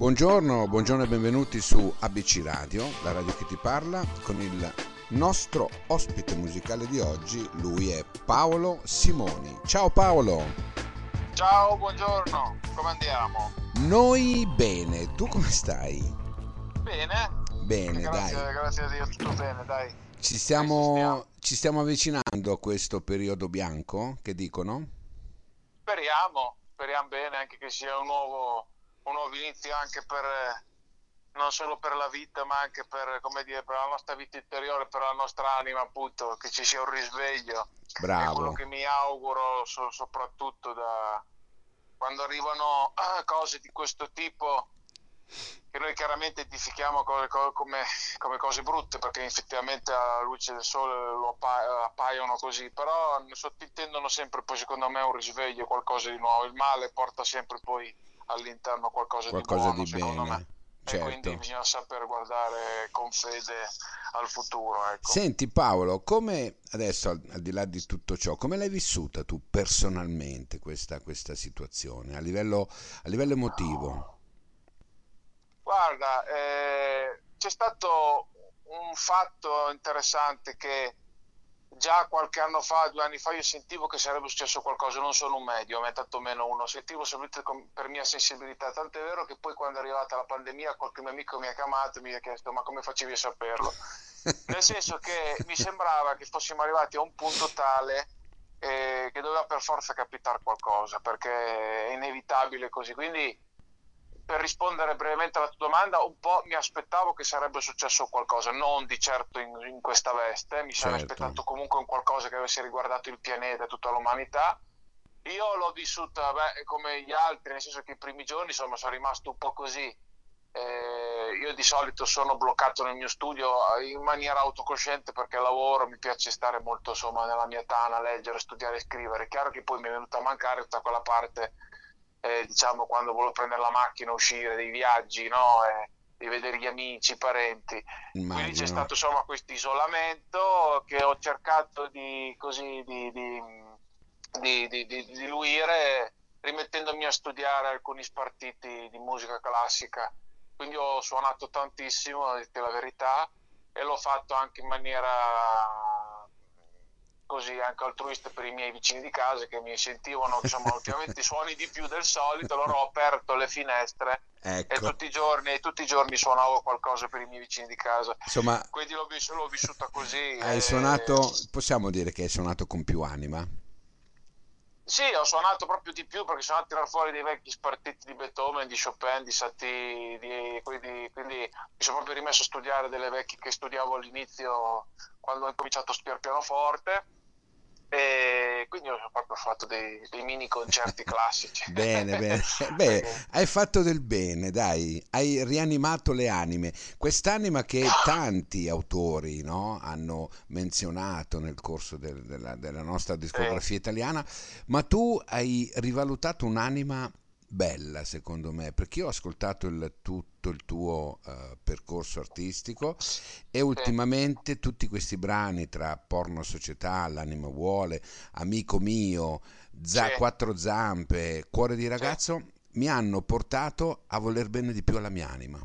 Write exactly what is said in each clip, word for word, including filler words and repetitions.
Buongiorno, buongiorno e benvenuti su A B C Radio, la radio che ti parla, con il nostro ospite musicale di oggi. Lui è Paolo Simoni. Ciao Paolo! Ciao, buongiorno, come andiamo? Noi bene, tu come stai? Bene? Bene, Grazie, dai. grazie a Dio, tutto bene, dai. Ci Resistiamo. stiamo, ci stiamo avvicinando a questo periodo bianco, che dicono? Speriamo, speriamo bene anche che sia un nuovo, un nuovo inizio anche per, eh, non solo per la vita, ma anche per, come dire, per la nostra vita interiore, per la nostra anima, appunto, che ci sia un risveglio. È quello Bravo, che mi auguro, so- soprattutto da quando arrivano ah, cose di questo tipo, che noi chiaramente identifichiamo co- co- come, come cose brutte, perché effettivamente alla luce del sole lo appa- appaiono così, però sottintendono sempre poi secondo me un risveglio, qualcosa di nuovo. Il male porta sempre poi all'interno qualcosa di qualcosa buono, di secondo me. bene, E quindi certo. bisogna saper guardare con fede al futuro, ecco. Senti Paolo, come adesso al, al di là di tutto ciò, come l'hai vissuta tu personalmente questa, questa situazione a livello, a livello emotivo? Guarda, eh, c'è stato un fatto interessante che già qualche anno fa, due anni fa, io sentivo che sarebbe successo qualcosa, non sono un medium, è tanto meno uno, sentivo semplicemente com- per mia sensibilità, tanto è vero che poi quando è arrivata la pandemia qualche mio amico mi ha chiamato e mi ha chiesto ma come facevi a saperlo? Nel senso che mi sembrava che fossimo arrivati a un punto tale eh, che doveva per forza capitare qualcosa, perché è inevitabile così, quindi per rispondere brevemente alla tua domanda, un po' mi aspettavo che sarebbe successo qualcosa, non di certo in, in questa veste, mi sarei Certo, aspettato comunque un qualcosa che avesse riguardato il pianeta e tutta l'umanità. Io l'ho vissuta beh, come gli altri, nel senso che i primi giorni insomma sono rimasto un po' così. Eh, io di solito sono bloccato nel mio studio eh, in maniera autocosciente perché lavoro, mi piace stare molto insomma nella mia tana, leggere, studiare e scrivere. È chiaro che poi mi è venuta a mancare tutta quella parte eh, diciamo quando volevo prendere la macchina, uscire dei viaggi, no? Eh, di vedere gli amici, i parenti. Quindi c'è immagino. stato insomma questo isolamento che ho cercato di così di, di, di, di, di diluire rimettendomi a studiare alcuni spartiti di musica classica. Quindi ho suonato tantissimo, a dirti la verità, e l'ho fatto anche in maniera così anche altruista per i miei vicini di casa che mi sentivano che insomma ultimamente suoni di più del solito, allora ho aperto le finestre e Ecco, tutti i giorni, tutti i giorni suonavo qualcosa per i miei vicini di casa. insomma, Quindi l'ho, vis- l'ho vissuta così. hai eh, suonato, possiamo dire che hai suonato con più anima? Sì, ho suonato proprio di più perché sono andato a tirare fuori dei vecchi spartiti di Beethoven, di Chopin, di Satie, di, quindi, quindi mi sono proprio rimesso a studiare delle vecchie che studiavo all'inizio quando ho incominciato a studiare pianoforte e quindi ho proprio fatto dei, dei mini concerti classici. Bene, bene. Beh, Perché- hai fatto del bene, dai, hai rianimato le anime. Quest'anima che tanti autori, no, hanno menzionato nel corso del- della, della nostra sì, discografia italiana, ma tu hai rivalutato un'anima bella, secondo me, perché io ho ascoltato il- tutto il tuo eh, percorso artistico e sì, ultimamente tutti questi brani tra Porno Società, L'anima vuole, Amico mio, sì, Za- Quattro zampe, Cuore di sì. ragazzo mi hanno portato a voler bene di più alla mia anima.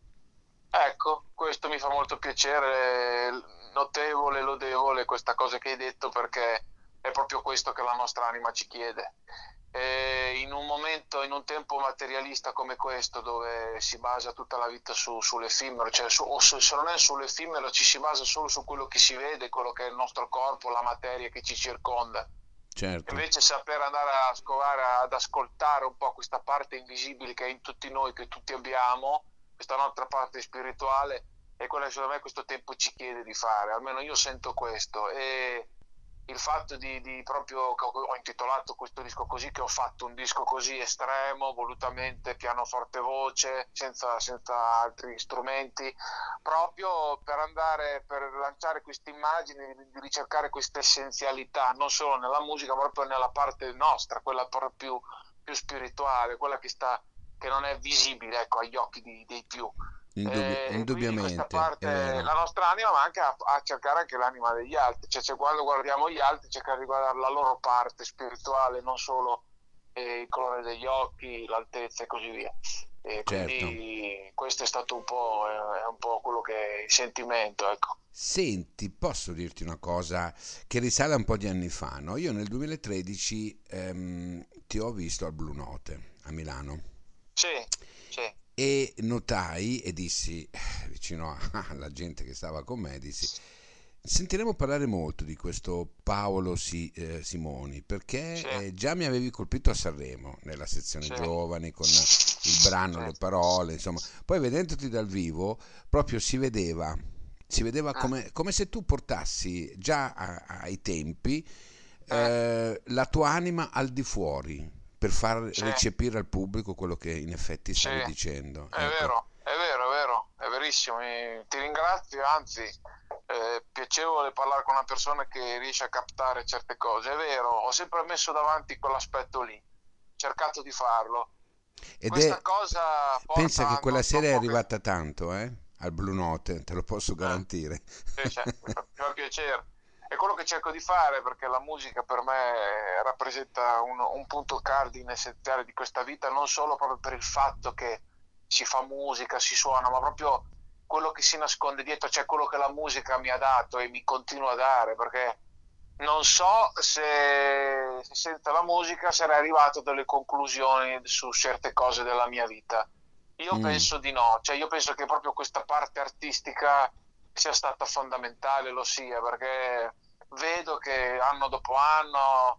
Ecco, questo mi fa molto piacere, notevole, lodevole questa cosa che hai detto perché è proprio questo che la nostra anima ci chiede. E in un momento, in un tempo materialista come questo, dove si basa tutta la vita su, sull'effimero, cioè su, o se se non è sull'effimero, ci si basa solo su quello che si vede, quello che è il nostro corpo, la materia che ci circonda. Certo, Invece saper andare a scovare, ad ascoltare un po' questa parte invisibile che è in tutti noi, che tutti abbiamo, questa nostra parte spirituale, è quella che secondo me questo tempo ci chiede di fare, almeno io sento questo. E il fatto di, di proprio, che ho intitolato questo disco così, che ho fatto un disco così estremo, volutamente pianoforte voce, senza, senza altri strumenti, proprio per andare, per lanciare questa immagine, di, di ricercare questa essenzialità, non solo nella musica, ma proprio nella parte nostra, quella proprio più, più spirituale, quella che sta, che non è visibile, ecco, agli occhi di- dei più. indubbi- Eh, e quindi questa indubbiamente, è parte, vero. la nostra anima, ma anche a, a cercare anche l'anima degli altri, cioè, cioè, quando guardiamo gli altri cercare di guardare la loro parte spirituale, non solo eh, il colore degli occhi, l'altezza e così via. E certo. quindi questo è stato un po', è un po' quello che è il sentimento, ecco. Senti, posso dirti una cosa che risale a un po' di anni fa, no? Io nel duemilatredici ehm, ti ho visto al Blue Note a Milano Sì, sì, e notai e dissi, eh, vicino a- alla gente che stava con me, dissi, sentiremo parlare molto di questo Paolo Si- eh, Simoni, perché sì, eh, già mi avevi colpito a Sanremo, nella sezione sì, giovani, con il brano, sì. le parole, insomma. Poi vedendoti dal vivo, proprio si vedeva, si vedeva Ah, come, come se tu portassi già a- ai tempi eh, eh, la tua anima al di fuori per far sì, recepire al pubblico quello che in effetti sì, stavi dicendo. è Ecco. vero, è vero, è vero, è verissimo. Mi- ti ringrazio, anzi, è piacevole parlare con una persona che riesce a captare certe cose. È vero, ho sempre messo davanti quell'aspetto lì, cercato di farlo. Ed Questa è, cosa pensa che porta quella non, non sera è poche... arrivata tanto, eh? Al Blue Note, te lo posso Eh, garantire. sì, sì, mi fa, mi fa piacere. È quello che cerco di fare perché la musica per me rappresenta un, un punto cardine essenziale di questa vita, non solo proprio per il fatto che si fa musica, si suona, ma proprio quello che si nasconde dietro, cioè quello che la musica mi ha dato e mi continua a dare, perché non so se, se senza la musica sarei arrivato a delle conclusioni su certe cose della mia vita. Io Mm, penso di no, cioè io penso che proprio questa parte artistica sia stata fondamentale, lo sia, perché vedo che anno dopo anno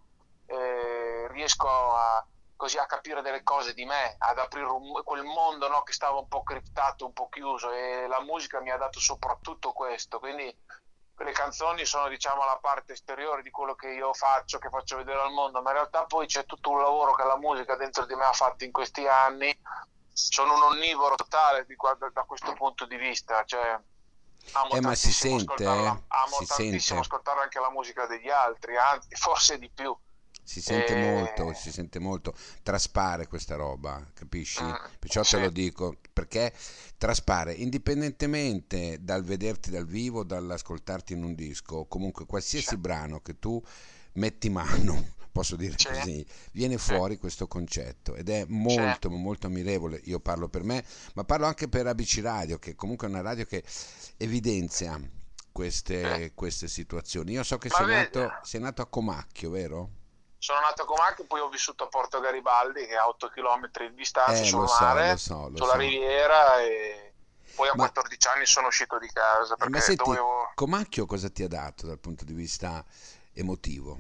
eh, riesco a, così a capire delle cose di me, ad aprire un- quel mondo, no, che stava un po' criptato, un po' chiuso e la musica mi ha dato soprattutto questo, quindi le canzoni sono diciamo la parte esteriore di quello che io faccio, che faccio vedere al mondo, ma in realtà poi c'è tutto un lavoro che la musica dentro di me ha fatto in questi anni. Sono un onnivoro totale di, da, da questo punto di vista, cioè amo eh, ma si tantissimo sente, ascoltarla, eh? amo Si tantissimo sente. ascoltare anche la musica degli altri, anzi forse di più. Si sente molto, si E... sente molto, traspare questa roba, capisci? mm, Perciò te sì, lo dico, perché traspare indipendentemente dal vederti dal vivo, dall'ascoltarti in un disco, comunque sì, qualsiasi brano che tu metti mano, posso dire sì, così, viene sì, fuori questo concetto ed è sì, molto molto ammirevole. Io parlo per me, ma parlo anche per A B C Radio, che comunque è una radio che evidenzia sì. queste, queste situazioni. Io so che Ma sei vedi, nato, sei nato a Comacchio, vero? sono nato a Comacchio, poi ho vissuto a Porto Garibaldi, che è a otto chilometri di distanza Eh, sul lo so, lo mare, so, lo sulla so. riviera, e poi a Ma, quattordici anni sono uscito di casa eh, ma perché senti, dovevo... Comacchio cosa ti ha dato dal punto di vista emotivo?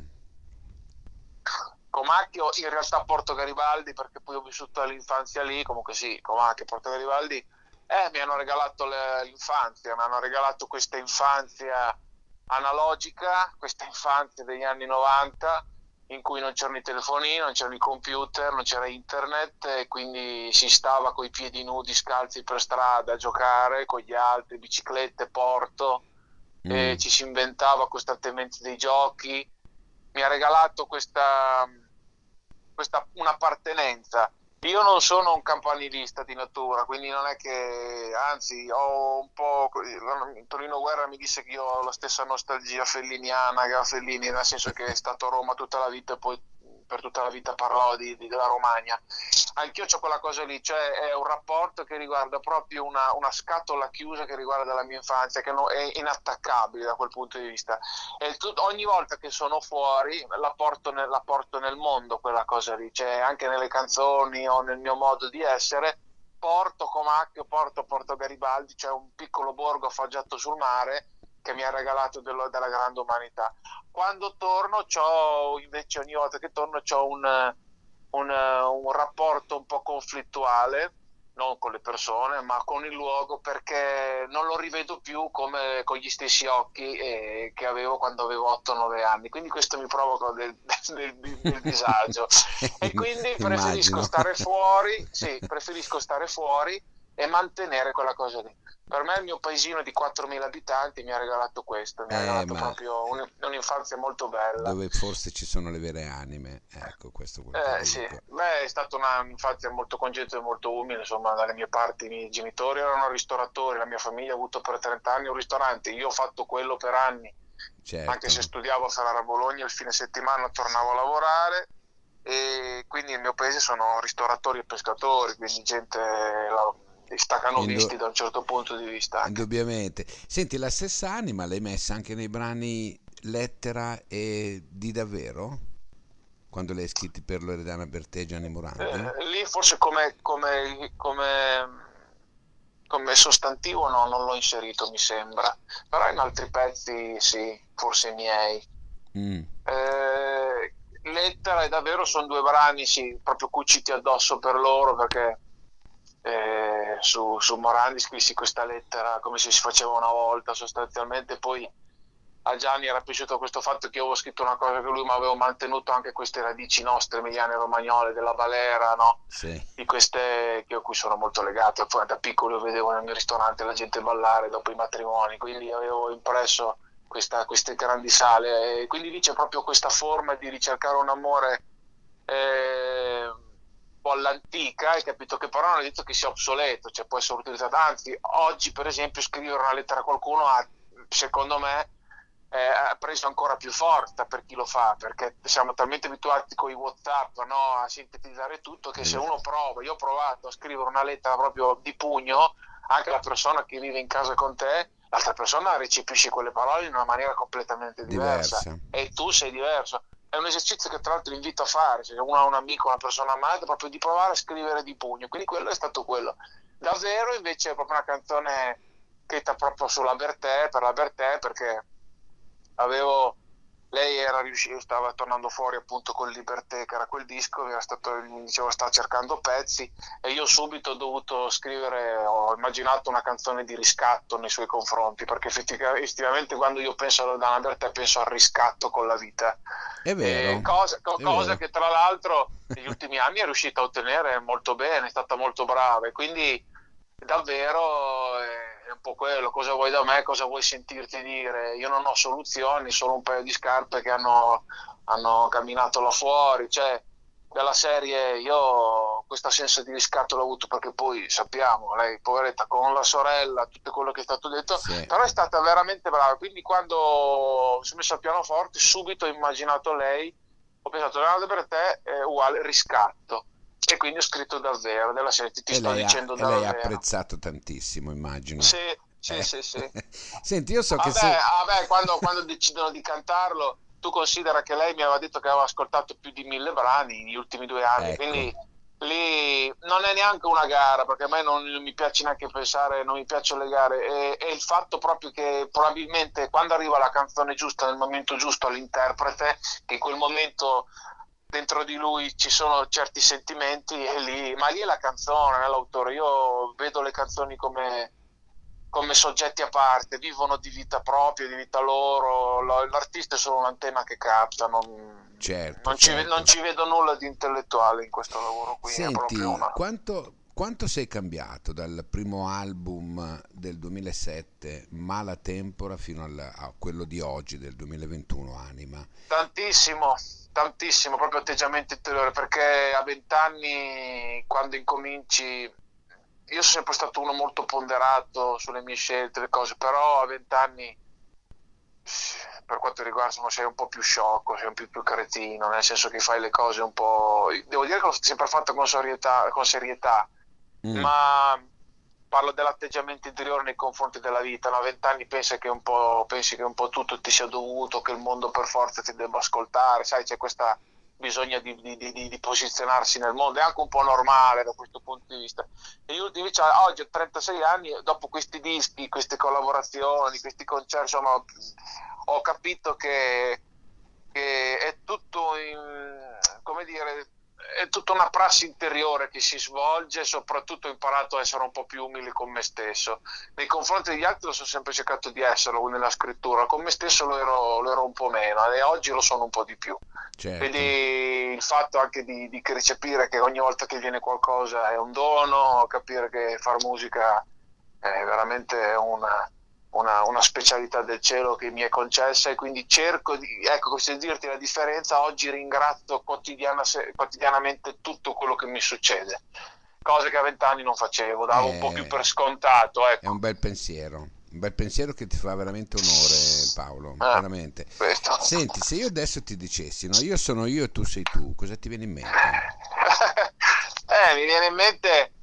Comacchio, in realtà Porto Garibaldi, perché poi ho vissuto l'infanzia lì, comunque sì, Comacchio, Porto Garibaldi, eh, mi hanno regalato le- l'infanzia, mi hanno regalato questa infanzia analogica, questa infanzia degli anni novanta, in cui non c'erano i telefonini, non c'erano i computer, non c'era internet, e quindi si stava coi piedi nudi, scalzi per strada a giocare con gli altri, biciclette, porto, e Mm. ci si inventava costantemente dei giochi. Mi ha regalato questa, questa un'appartenenza. Io non sono un campanilista di natura, quindi non è che, anzi, ho un po'. Torino Guerra mi disse che io ho la stessa nostalgia felliniana che ha Fellini, nel senso che è stato a Roma tutta la vita e poi per tutta la vita parlò di, di- della Romagna. Anch'io ho quella cosa lì, cioè è un rapporto che riguarda proprio una, una scatola chiusa che riguarda la mia infanzia, che no- è inattaccabile da quel punto di vista. E tu- ogni volta che sono fuori la porto, nel, la porto nel mondo quella cosa lì, cioè anche nelle canzoni o nel mio modo di essere. Porto Comacchio, Porto Porto Garibaldi, cioè un piccolo borgo affacciato sul mare che mi ha regalato dello- della grande umanità. Quando torno, c'ho, invece ogni volta che torno, c'ho un, un, un rapporto un po' conflittuale, non con le persone, ma con il luogo, perché non lo rivedo più come con gli stessi occhi eh, che avevo quando avevo otto nove anni. Quindi questo mi provoca del, del- del- del disagio. E quindi preferisco Immagino. stare fuori, sì, preferisco stare fuori e mantenere quella cosa lì. Per me il mio paesino di quattromila abitanti mi ha regalato questo, mi ha Eh, regalato ma proprio un- un'infanzia molto bella. dove forse ci sono le vere anime, ecco, questo è quello che Eh, sì, dico. beh, è stata un'infanzia molto congeniale e molto umile, insomma, dalle mie parti i miei genitori erano ristoratori, la mia famiglia ha avuto per trenta anni un ristorante, io ho fatto quello per anni, anche se Certo. studiavo a Ferrara a Bologna, il fine settimana tornavo a lavorare, e quindi nel mio paese sono ristoratori e pescatori, quindi gente la, li staccano Indo- visti da un certo punto di vista anche. indubbiamente. Senti, la stessa anima l'hai messa anche nei brani Lettera e Di Davvero? Quando le hai scritti per Loredana Bertè e Gianni Morandi? Eh, lì forse come, come, come, come sostantivo no, non l'ho inserito, mi sembra, però in altri pezzi sì, forse i miei. Mm, Eh, Lettera e Davvero sono due brani, sì, proprio cuciti addosso per loro, perché eh, su, su Morandi scrissi questa lettera come se si faceva una volta sostanzialmente, poi a Gianni era piaciuto questo fatto che io avevo scritto una cosa che lui mi aveva mantenuto anche queste radici nostre emiliane romagnole della Valera, no? sì, Di queste che a cui sono molto legato, poi da piccolo vedevo nel mio ristorante la gente ballare dopo i matrimoni, quindi avevo impresso questa, queste grandi sale e quindi lì c'è proprio questa forma di ricercare un amore eh, un po' all'antica, hai capito, che però non è detto che sia obsoleto, cioè può essere utilizzato, anzi oggi per esempio scrivere una lettera a qualcuno ha, secondo me, eh, ha preso ancora più forza per chi lo fa, perché siamo talmente abituati con i WhatsApp, no, a sintetizzare tutto, che è se vero. uno prova, io ho provato a scrivere una lettera proprio di pugno, anche la persona che vive in casa con te, l'altra persona recepisce quelle parole in una maniera completamente diversa Diversa. e tu sei diverso. È un esercizio che tra l'altro invito a fare, se uno ha un amico, una persona amata, proprio di provare a scrivere di pugno, quindi quello è stato quello. Davvero invece è proprio una canzone scritta proprio sulla Bertè, per la Bertè, perché avevo lei era riuscita, stava tornando fuori appunto con Liberté, che era quel disco, era stato, mi diceva stava cercando pezzi e io subito ho dovuto scrivere, ho immaginato una canzone di riscatto nei suoi confronti, perché effettivamente quando io penso a Loredana Bertè penso al riscatto con la vita. È E vero, cosa, co- è cosa vero. che tra l'altro negli ultimi anni è riuscita a ottenere molto bene, è stata molto brava e quindi davvero eh, è un po' quello, cosa vuoi da me, cosa vuoi sentirti dire? Io non ho soluzioni, solo un paio di scarpe che hanno, hanno camminato là fuori, cioè della serie io questo senso di riscatto l'ho avuto perché poi sappiamo, lei poveretta con la sorella, tutto quello che è stato detto, Sì. però è stata veramente brava, quindi quando mi sono messo al pianoforte subito ho immaginato lei, ho pensato Leonardo per te è uguale riscatto e quindi ho scritto davvero, della serie ti E sto lei ha, dicendo e lei ha davvero. apprezzato tantissimo, immagino. Sì, sì, Eh. sì, sì. Senti, io so che Vabbè, sei... vabbè, quando, quando decidono di cantarlo, tu considera che lei mi aveva detto che aveva ascoltato più di mille brani negli ultimi due anni, Ecco, quindi lì non è neanche una gara, perché a me non, non mi piace neanche pensare, non mi piacciono le gare, è, è il fatto proprio che probabilmente quando arriva la canzone giusta, nel momento giusto all'interprete, che in quel momento dentro di lui ci sono certi sentimenti, e lì, ma lì è la canzone, non è l'autore, io vedo le canzoni come come soggetti a parte, vivono di vita propria, di vita loro, lo- l'artista è solo un'antenna che capta, non, certo, non ci, ve- non certo. ci vedo nulla di intellettuale in questo lavoro qui, è proprio Senti, una... quanto, quanto sei cambiato dal primo album del duemilasette, Mala Tempora, fino al- a quello di oggi, del duemilaventuno, Anima? Tantissimo, tantissimo, proprio atteggiamento interiore, perché a vent'anni, quando incominci, io sono sempre stato uno molto ponderato sulle mie scelte, le cose, però a vent'anni per quanto riguarda, insomma, sei un po' più sciocco, sei un po' più cretino, nel senso che fai le cose un po'... Devo dire che l'ho sempre fatto con serietà, con serietà, Mm, ma parlo dell'atteggiamento interiore nei confronti della vita. No? A vent'anni pensi che, un po', pensi che un po' tutto ti sia dovuto, che il mondo per forza ti debba ascoltare, sai, c'è questa bisogno di, di, di, di posizionarsi nel mondo, è anche un po' normale da questo punto di vista. E io invece oggi ho trentasei anni, dopo questi dischi, queste collaborazioni, questi concerti, insomma, ho capito che, che è tutto in, come dire, è tutta una prassi interiore che si svolge e soprattutto ho imparato a essere un po' più umile con me stesso. Nei confronti degli altri ho sempre cercato di esserlo nella scrittura, con me stesso lo ero, lo ero un po' meno e oggi lo sono un po' di più. Quindi certo. il fatto anche di, di recepire che ogni volta che viene qualcosa è un dono, capire che far musica è veramente una, una, una specialità del cielo che mi è concessa e quindi cerco di, ecco, così dirti la differenza, oggi ringrazio quotidiana, quotidianamente tutto quello che mi succede, cose che a vent'anni non facevo, davo un po' più È, per scontato, è un ecco. bel pensiero, un bel pensiero che ti fa veramente onore, Paolo, Eh, veramente. questo. Senti, se io adesso ti dicessi, no, io sono io e tu sei tu, cosa ti viene in mente? Eh, mi viene in mente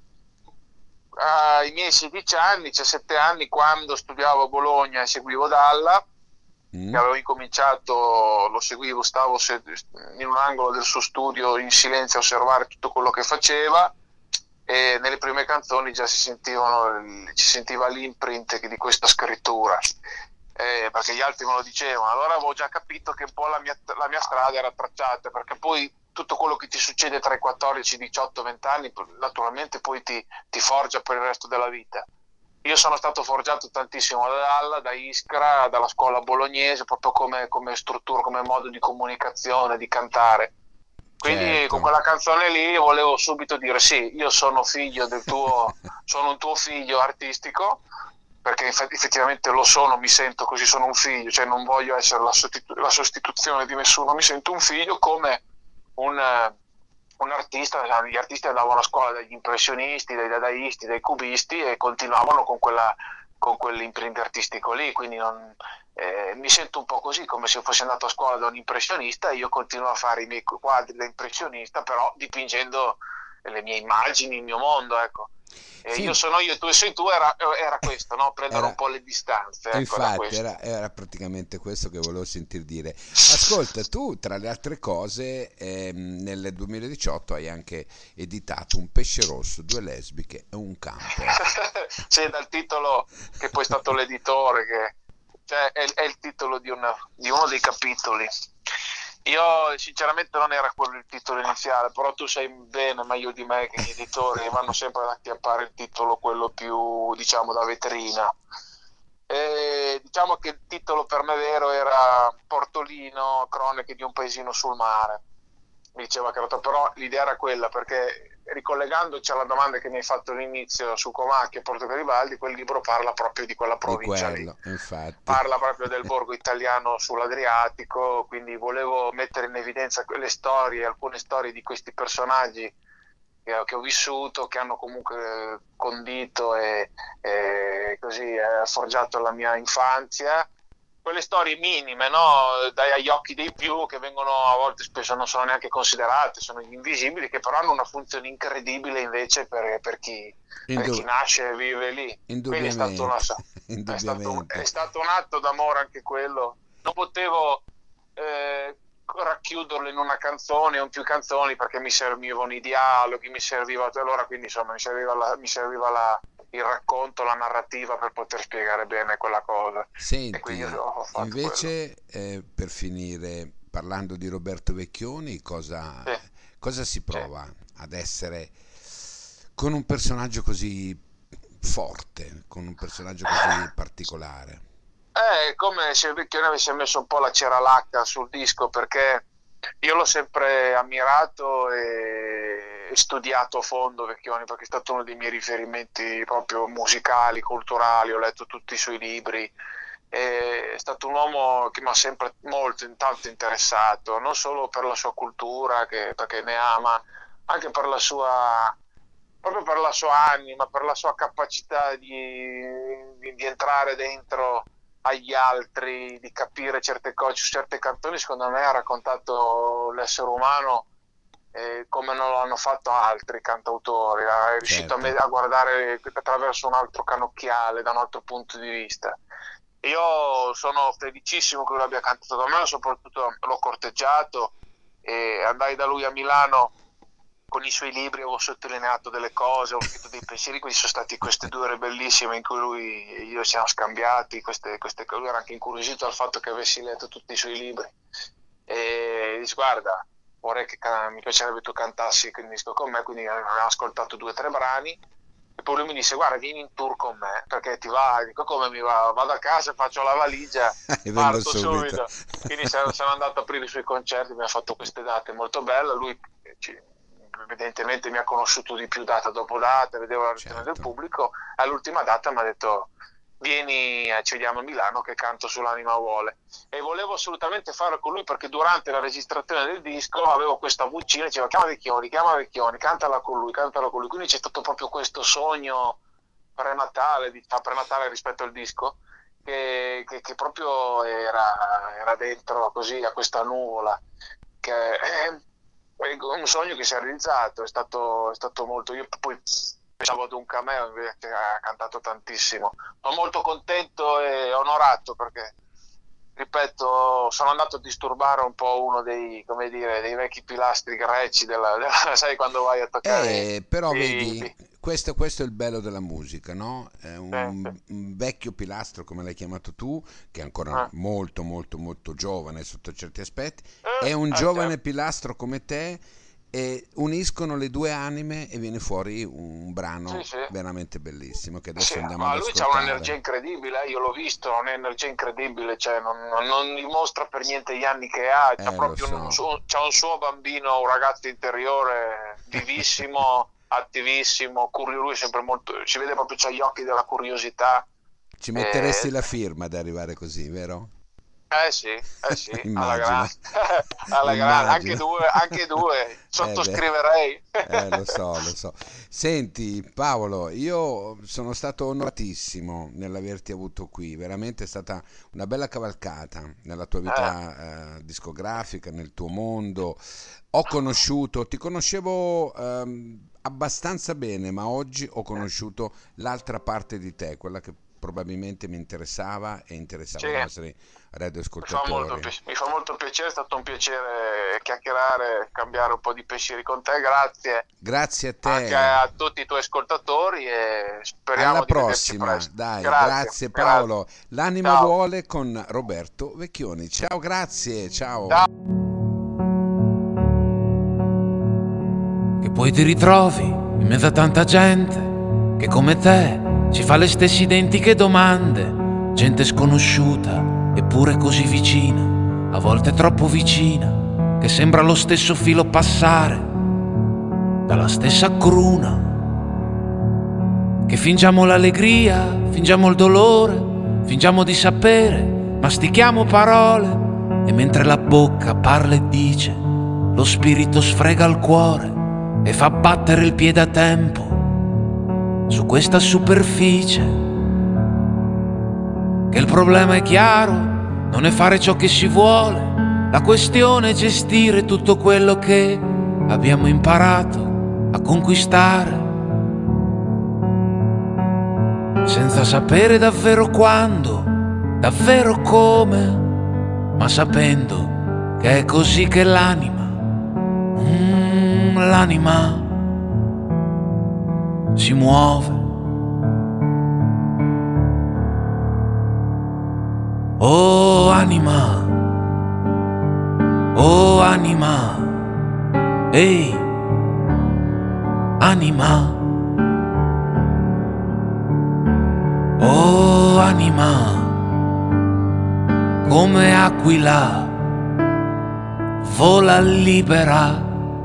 ai miei sedici anni, diciassette anni, quando studiavo a Bologna e seguivo Dalla, che Mm? avevo incominciato, lo seguivo, stavo se- in un angolo del suo studio in silenzio a osservare tutto quello che faceva, e nelle prime canzoni già si sentivano, si sentiva l'imprint di questa scrittura, eh, perché gli altri me lo dicevano. Allora avevo già capito che un po' la mia, la mia strada era tracciata, perché poi tutto quello che ti succede tra i quattordici, diciotto, venti anni, naturalmente poi ti, ti forgia per il resto della vita. Io sono stato forgiato tantissimo da Dalla, da Iskra, dalla scuola bolognese, proprio come, come struttura, come modo di comunicazione, di cantare. Quindi con Certo. quella canzone lì volevo subito dire sì, io sono figlio del tuo, sono un tuo figlio artistico, perché effettivamente lo sono, mi sento così, sono un figlio, cioè non voglio essere la, sostitu- la sostituzione di nessuno, mi sento un figlio come un, eh, un artista. Gli artisti andavano a scuola dagli impressionisti, dai dadaisti, dai cubisti e continuavano con quella con quell'imprint artistico lì, quindi non, eh, mi sento un po' così, come se fossi andato a scuola da un impressionista e io continuo a fare i miei quadri da impressionista, però dipingendo le mie immagini, il mio mondo, ecco. E io Senti, sono io, tu sei tu, era, era questo, no? Prendere un era, po' le distanze, ecco, da infatti, questo. era, era praticamente questo che volevo sentir dire. Ascolta, tu tra le altre cose, ehm, nel duemiladiciotto hai anche editato Un pesce rosso, due lesbiche e un camper. C'è dal titolo che poi è stato l'editore, che cioè, è, è il titolo di, una, di uno dei capitoli. Io sinceramente non era quello il titolo iniziale, però tu sai bene, meglio di me, che gli editori vanno sempre ad acchiappare il titolo, quello più, diciamo, da vetrina. E diciamo che il titolo per me vero era Portolino, cronache di un paesino sul mare. Mi diceva che era, però l'idea era quella, perché ricollegandoci alla domanda che mi hai fatto all'inizio su Comacchio e Porto Garibaldi, quel libro parla proprio di quella Di provincia lì, quello, infatti. parla proprio del borgo italiano sull'Adriatico, quindi volevo mettere in evidenza quelle storie, alcune storie di questi personaggi che, che ho vissuto, che hanno comunque condito e, e così eh, forgiato la mia infanzia. Quelle storie minime, no? Dai agli occhi dei più, che vengono a volte spesso non sono neanche considerate, sono gli invisibili, che però hanno una funzione incredibile invece per, per chi, per chi Indu- nasce e vive lì. Quindi è stato, una, indubbiamente, è stato, un, indubbiamente. è stato un atto d'amore anche quello. Non potevo eh, racchiuderlo in una canzone o in più canzoni, perché mi servivano i dialoghi, mi serviva allora, quindi insomma mi serviva, la, mi serviva la, il racconto, la narrativa per poter spiegare bene quella cosa. E quindi Senti, ho, ho fatto quello. invece, eh, per finire, parlando di Roberto Vecchioni, cosa, Sì, cosa si sì. prova ad essere con un personaggio così forte, con un personaggio così particolare? È come se il Vecchione avesse messo un po' la cera lacca sul disco, perché io l'ho sempre ammirato e, e studiato a fondo Vecchioni, perché è stato uno dei miei riferimenti proprio musicali, culturali, ho letto tutti i suoi libri. È stato un uomo che mi ha sempre molto intanto interessato, non solo per la sua cultura, che, perché ne ama, anche per la sua, proprio per la sua anima, per la sua capacità di, di, di entrare dentro agli altri, di capire certe cose. Su certe canzoni, secondo me, ha raccontato l'essere umano eh, come non lo hanno fatto altri cantautori, è riuscito a, me- Certo. a guardare attraverso un altro canocchiale, da un altro punto di vista. Io sono felicissimo che lui abbia cantato da me, soprattutto l'ho corteggiato e andai da lui a Milano con i suoi libri, avevo sottolineato delle cose, ho scritto dei pensieri, quindi sono stati queste due ore bellissime in cui lui e io ci siamo scambiati, queste, queste, lui era anche incuriosito dal fatto che avessi letto tutti i suoi libri e dice guarda, vorrei che mi piacerebbe tu cantassi il disco con me, quindi abbiamo ascoltato due o tre brani e poi lui mi disse guarda vieni in tour con me perché ti va, dico come mi va, vado a casa, faccio la valigia, E vengo parto subito. subito. Quindi sono, sono andato a aprire i suoi concerti, mi ha fatto queste date molto belle, lui ci, evidentemente mi ha conosciuto di più data dopo data, vedevo la reazione del Certo. pubblico, all'ultima data mi ha detto vieni, eh, ci vediamo a Milano che canto sull'anima vuole. E volevo assolutamente farlo con lui perché durante la registrazione del disco avevo questa vocina, diceva chiama Vecchioni, chiama Vecchioni, cantala con lui, cantala con lui. Quindi c'è stato proprio questo sogno prenatale, diciamo, prenatale rispetto al disco che, che, che proprio era, era dentro così a questa nuvola, che è un sogno che si è realizzato, è stato, è stato molto. Io poi pensavo ad un cameo invece che ha cantato tantissimo. Sono molto contento e onorato perché, ripeto, sono andato a disturbare un po' uno dei, come dire, dei vecchi pilastri greci della, della- sai quando vai a toccare Eh, però i, vedi, i- questo, questo è il bello della musica, no? È eh, un, un vecchio pilastro, come l'hai chiamato tu, che è ancora eh, molto, molto, molto giovane sotto certi aspetti, eh, è un eh, giovane certo. pilastro come te e uniscono le due anime e viene fuori un Sì, brano sì. veramente bellissimo che Sì, adesso andiamo ma ad lui c'ha un'energia ascoltare. incredibile, eh, io l'ho visto, ha un'energia incredibile, cioè non, non- non dimostra per niente gli anni che ha, c'ha Eh, lo proprio un, so. suo, c'ha un suo bambino, un ragazzo interiore vivissimo, attivissimo, curioso, lui è sempre molto, si vede proprio, c'ha gli occhi della curiosità. Ci metteresti eh, la firma ad arrivare così, vero? eh sì, eh sì, alla Immagino, grande, alla grande, anche immagino. due, anche due, Eh beh, sottoscriverei. eh, lo so, lo so. Senti, Paolo, io sono stato onoratissimo nell'averti avuto qui, veramente è stata una bella cavalcata nella tua Eh, vita eh, discografica, nel tuo mondo. Ho conosciuto, ti conoscevo ehm, abbastanza bene, ma oggi ho conosciuto l'altra parte di te, quella che probabilmente mi interessava e sì. interessava i nostri Mi fa molto, radioascoltatori. pi- mi fa molto piacere, è stato un piacere chiacchierare, cambiare un po' di pensieri con te, grazie Grazie a anche te. a tutti i tuoi ascoltatori e Alla speriamo di vederci prossima, presto. dai, Grazie, grazie grazie. Paolo. L'anima Ciao. vuole con Roberto Vecchioni. Ciao, grazie, ciao. Ciao. Che poi ti ritrovi in mezzo a tanta gente che come te si fa le stesse identiche domande, gente sconosciuta eppure così vicina, a volte troppo vicina, che sembra lo stesso filo passare dalla stessa cruna, che fingiamo l'allegria, fingiamo il dolore, fingiamo di sapere, mastichiamo parole e mentre la bocca parla e dice, lo spirito sfrega il cuore e fa battere il piede a tempo su questa superficie. Che il problema è chiaro, non è fare ciò che si vuole, la questione è gestire tutto quello che abbiamo imparato a conquistare, senza sapere davvero quando, davvero come, ma sapendo che è così che l'anima, mm, l'anima si muove. Oh anima, oh anima, ehi, anima, oh anima, come aquila, vola libera.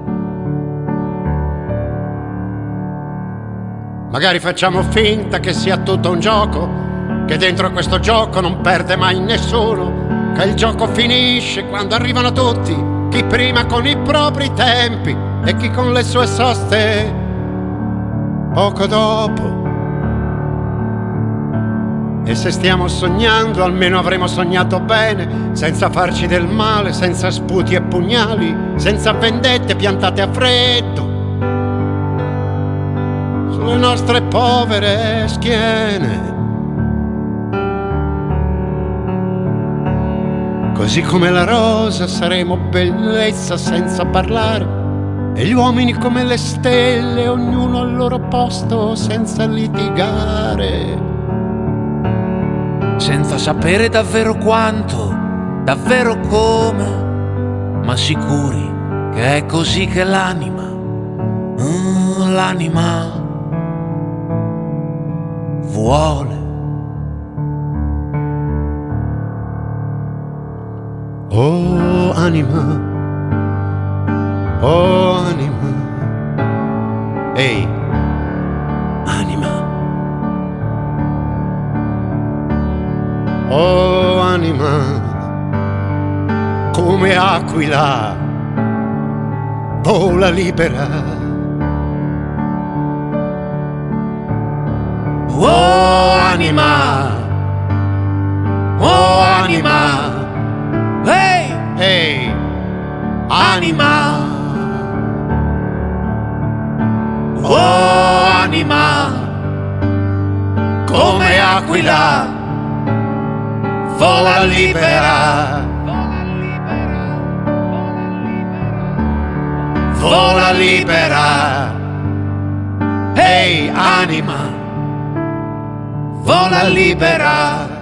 Magari facciamo finta che sia tutto un gioco, che dentro questo gioco non perde mai nessuno, che il gioco finisce quando arrivano tutti, chi prima con i propri tempi e chi con le sue soste poco dopo. E se stiamo sognando almeno avremo sognato bene, senza farci del male, senza sputi e pugnali, senza vendette piantate a freddo sulle nostre povere schiene. Così come la rosa saremo bellezza senza parlare, e gli uomini come le stelle, ognuno al loro posto senza litigare. Senza sapere davvero quanto, davvero come, ma sicuri che è così che l'anima, mm, l'anima vuole. Oh anima, oh anima, ehi, anima, oh anima, come aquila, vola libera. Oh anima, anima, oh anima, come aquila, vola libera, vola libera, ehi hey, anima, vola libera.